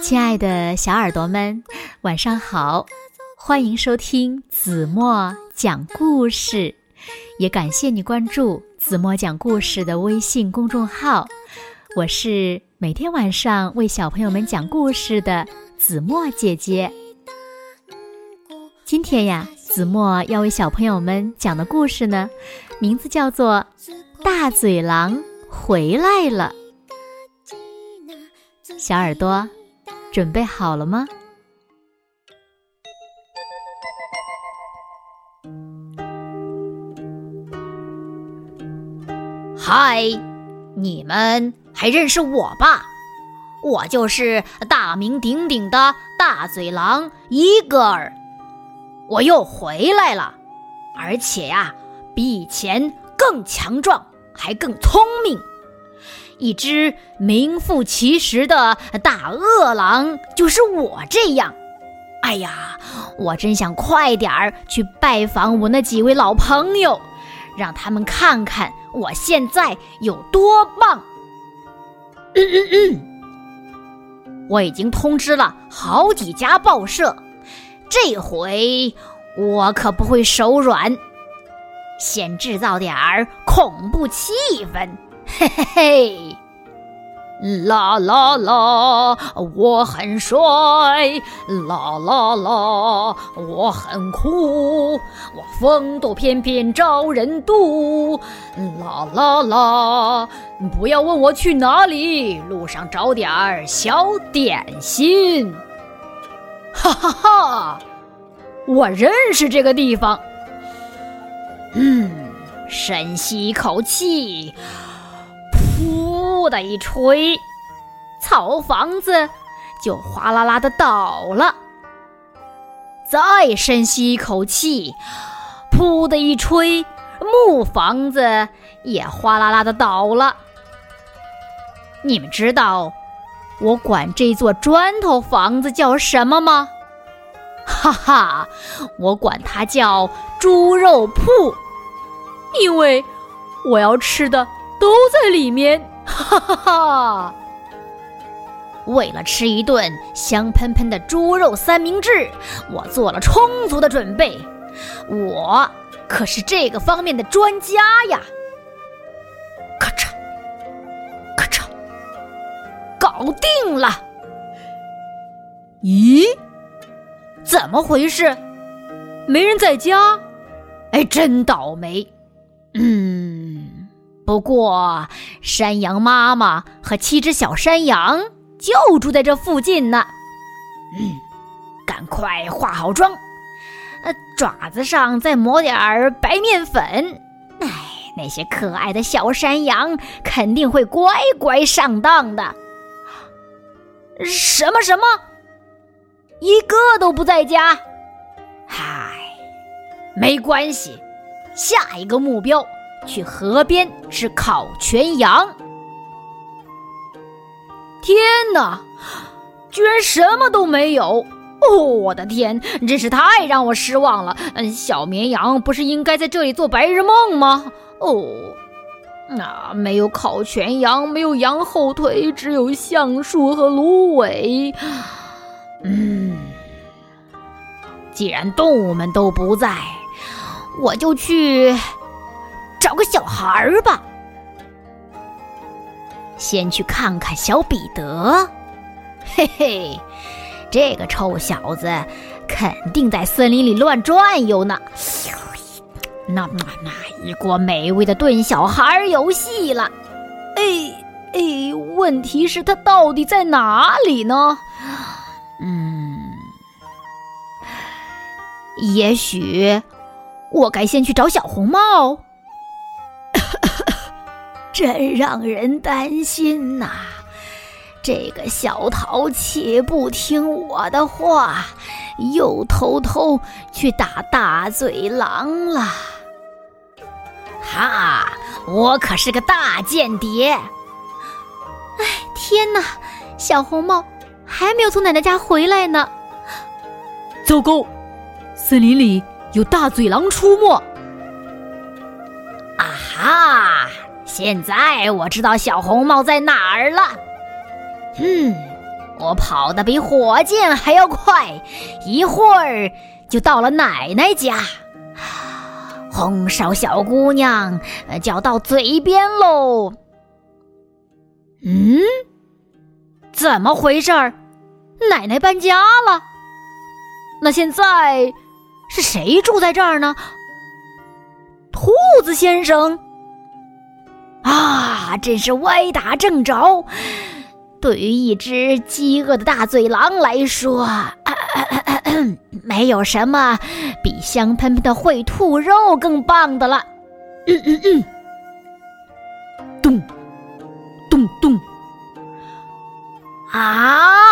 亲爱的小耳朵们，晚上好，欢迎收听子墨讲故事，也感谢你关注子墨讲故事的微信公众号。我是每天晚上为小朋友们讲故事的子墨姐姐。今天呀，子墨要为小朋友们讲的故事呢，名字叫做大嘴狼回来了。小耳朵准备好了吗？ 嗨，你们还认识我吧？我就是大名鼎鼎的大嘴狼伊戈尔，我又回来了，而且呀，比以前更强壮，还更聪明。一只名副其实的大饿狼就是我这样。哎呀，我真想快点儿去拜访我那几位老朋友，让他们看看我现在有多棒。我已经通知了好几家报社，这回我可不会手软，先制造点儿恐怖气氛。嘿嘿嘿，啦啦啦，我很帅，啦啦啦，我很酷，我风度翩翩招人妒，啦啦啦，不要问我去哪里，路上找点儿小点心。哈哈哈，我认识这个地方。深吸一口气，噗的一吹，草房子就哗啦啦的倒了。再深吸一口气，噗的一吹，木房子也哗啦啦的倒了。你们知道我管这座砖头房子叫什么吗？哈哈，我管它叫猪肉铺，因为我要吃的都在里面。哈哈哈！为了吃一顿香喷喷的猪肉三明治，我做了充足的准备。我可是这个方面的专家呀！咔嚓，咔嚓，搞定了！咦，怎么回事？没人在家？哎，真倒霉。不过山羊妈妈和7只小山羊就住在这附近呢。赶快化好妆，爪子上再抹点白面粉。哎，那些可爱的小山羊肯定会乖乖上当的。什么？一个都不在家？嗨，没关系，下一个目标去河边吃烤全羊。天哪，居然什么都没有！哦，我的天，真是太让我失望了。小绵羊不是应该在这里做白日梦吗？没有烤全羊，没有羊后腿，只有橡树和芦苇。既然动物们都不在，我就去找个小孩吧。先去看看小彼得。嘿嘿，这个臭小子肯定在森林里乱转悠呢。那一锅美味的炖小孩游戏了。问题是他到底在哪里呢？也许我该先去找小红帽。真让人担心呐，这个小淘气不听我的话，又偷偷去打大嘴狼了。哈，我可是个大间谍。 天哪，小红帽还没有从奶奶家回来呢。 糟糕，森林里有大嘴狼出没。 啊哈，现在我知道小红帽在哪儿了。 我跑得比火箭还要快，一会儿就到了奶奶家。红烧小姑娘叫到嘴边喽。怎么回事儿？奶奶搬家了？那现在是谁住在这儿呢？兔子先生啊，真是歪打正着。对于一只饥饿的大嘴狼来说，没有什么比香喷喷的烩兔肉更棒的了。 咚咚咚！ 啊！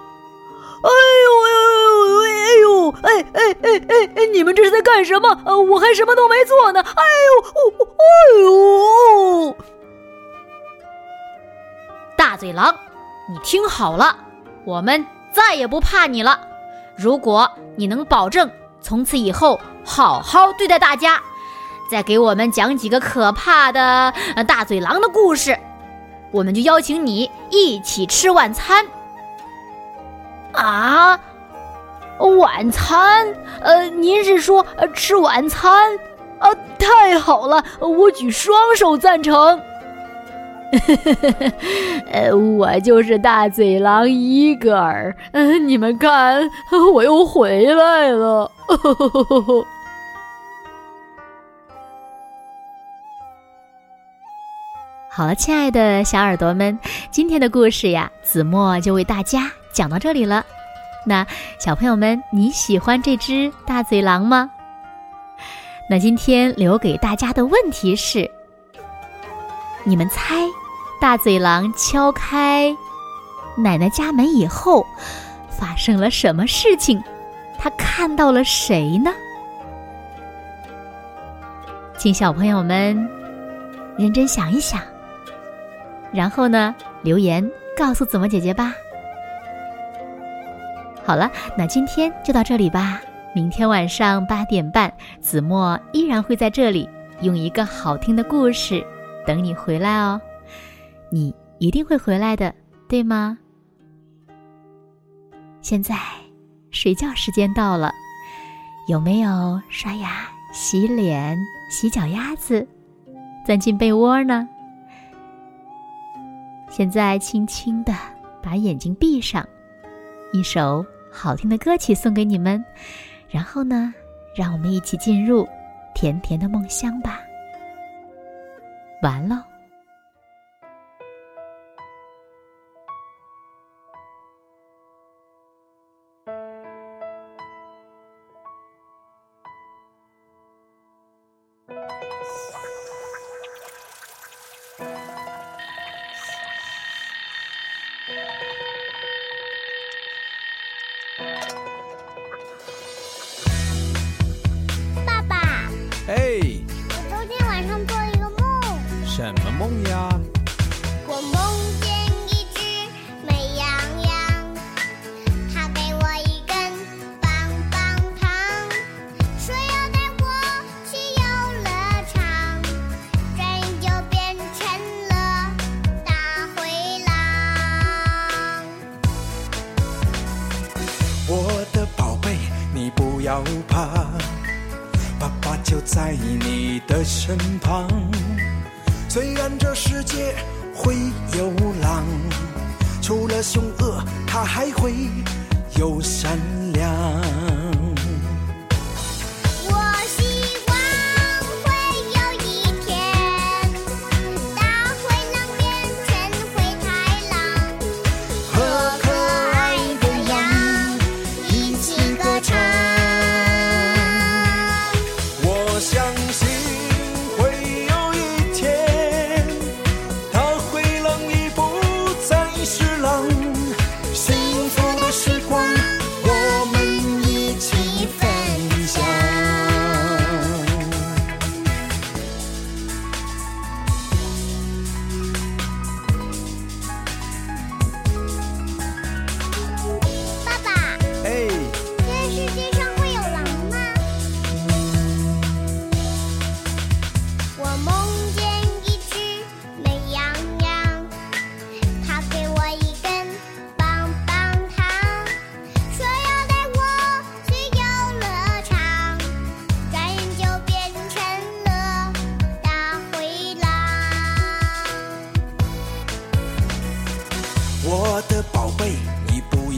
你们这是在干什么？我还什么都没做呢！ 大嘴狼，你听好了，我们再也不怕你了。如果你能保证从此以后好好对待大家，再给我们讲几个可怕的大嘴狼的故事，我们就邀请你一起吃晚餐。 啊，晚餐？您是说吃晚餐？太好了，我举双手赞成。 我就是大嘴狼伊格尔，你们看，我又回来了。 好了，亲爱的小耳朵们，今天的故事呀，子墨就为大家讲到这里了。那小朋友们，你喜欢这只大嘴狼吗？那今天留给大家的问题是，你们猜大嘴狼敲开奶奶家门以后发生了什么事情？他看到了谁呢？请小朋友们认真想一想，然后呢，留言告诉子墨姐姐吧。好了，那今天就到这里吧。明天晚上8点半，子墨依然会在这里用一个好听的故事等你回来哦。你一定会回来的，对吗？现在睡觉时间到了，有没有刷牙、洗脸、洗脚丫子，钻进被窝呢？现在轻轻地把眼睛闭上，一首好听的歌曲送给你们，然后呢，让我们一起进入甜甜的梦乡吧。完喽。 爸爸， 嘿， 我昨天晚上做了一个梦。 什么梦呀？ 我梦见一只美羊羊，它给我一根棒棒糖，说要带我去游乐场，转眼就变成了大灰狼。 我的宝贝，你不要怕，爸爸就在你的身旁。虽然这世界会有狼，除了凶恶，它还会有善良。 我希望会有一天，大灰狼变成灰太狼，和可爱的羊一起歌唱。 我相信会有一天，大灰狼已不再是狼，幸福的时光我们一起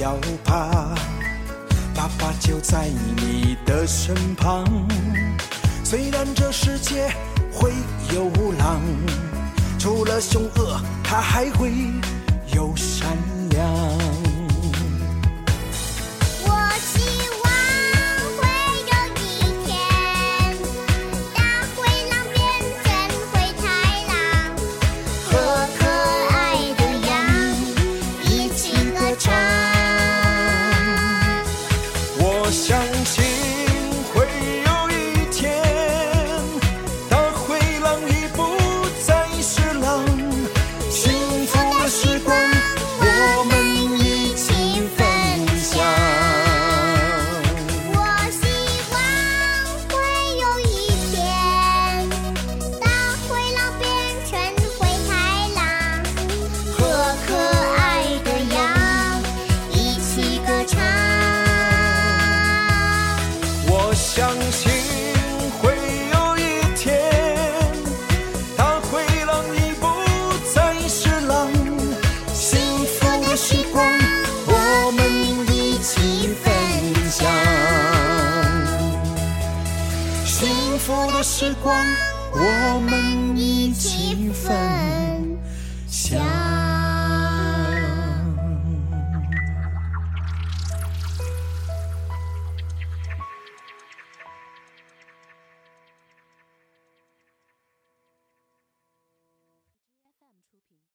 要怕，爸爸就在你的身旁。虽然这世界会有狼，除了凶恶，它还会有善良。 我希望会有一天，大灰狼变成灰太狼，和可爱的羊一起歌唱。 我相信会有一天，大灰狼已不再是狼，幸福的时光我们一起分享。 我希望会有一天，大灰狼变成灰太狼，和可爱的羊一起歌唱。 我相信会有一天，大灰狼已不再是狼，幸福的时光我们一起分享。幸福的时光我们一起分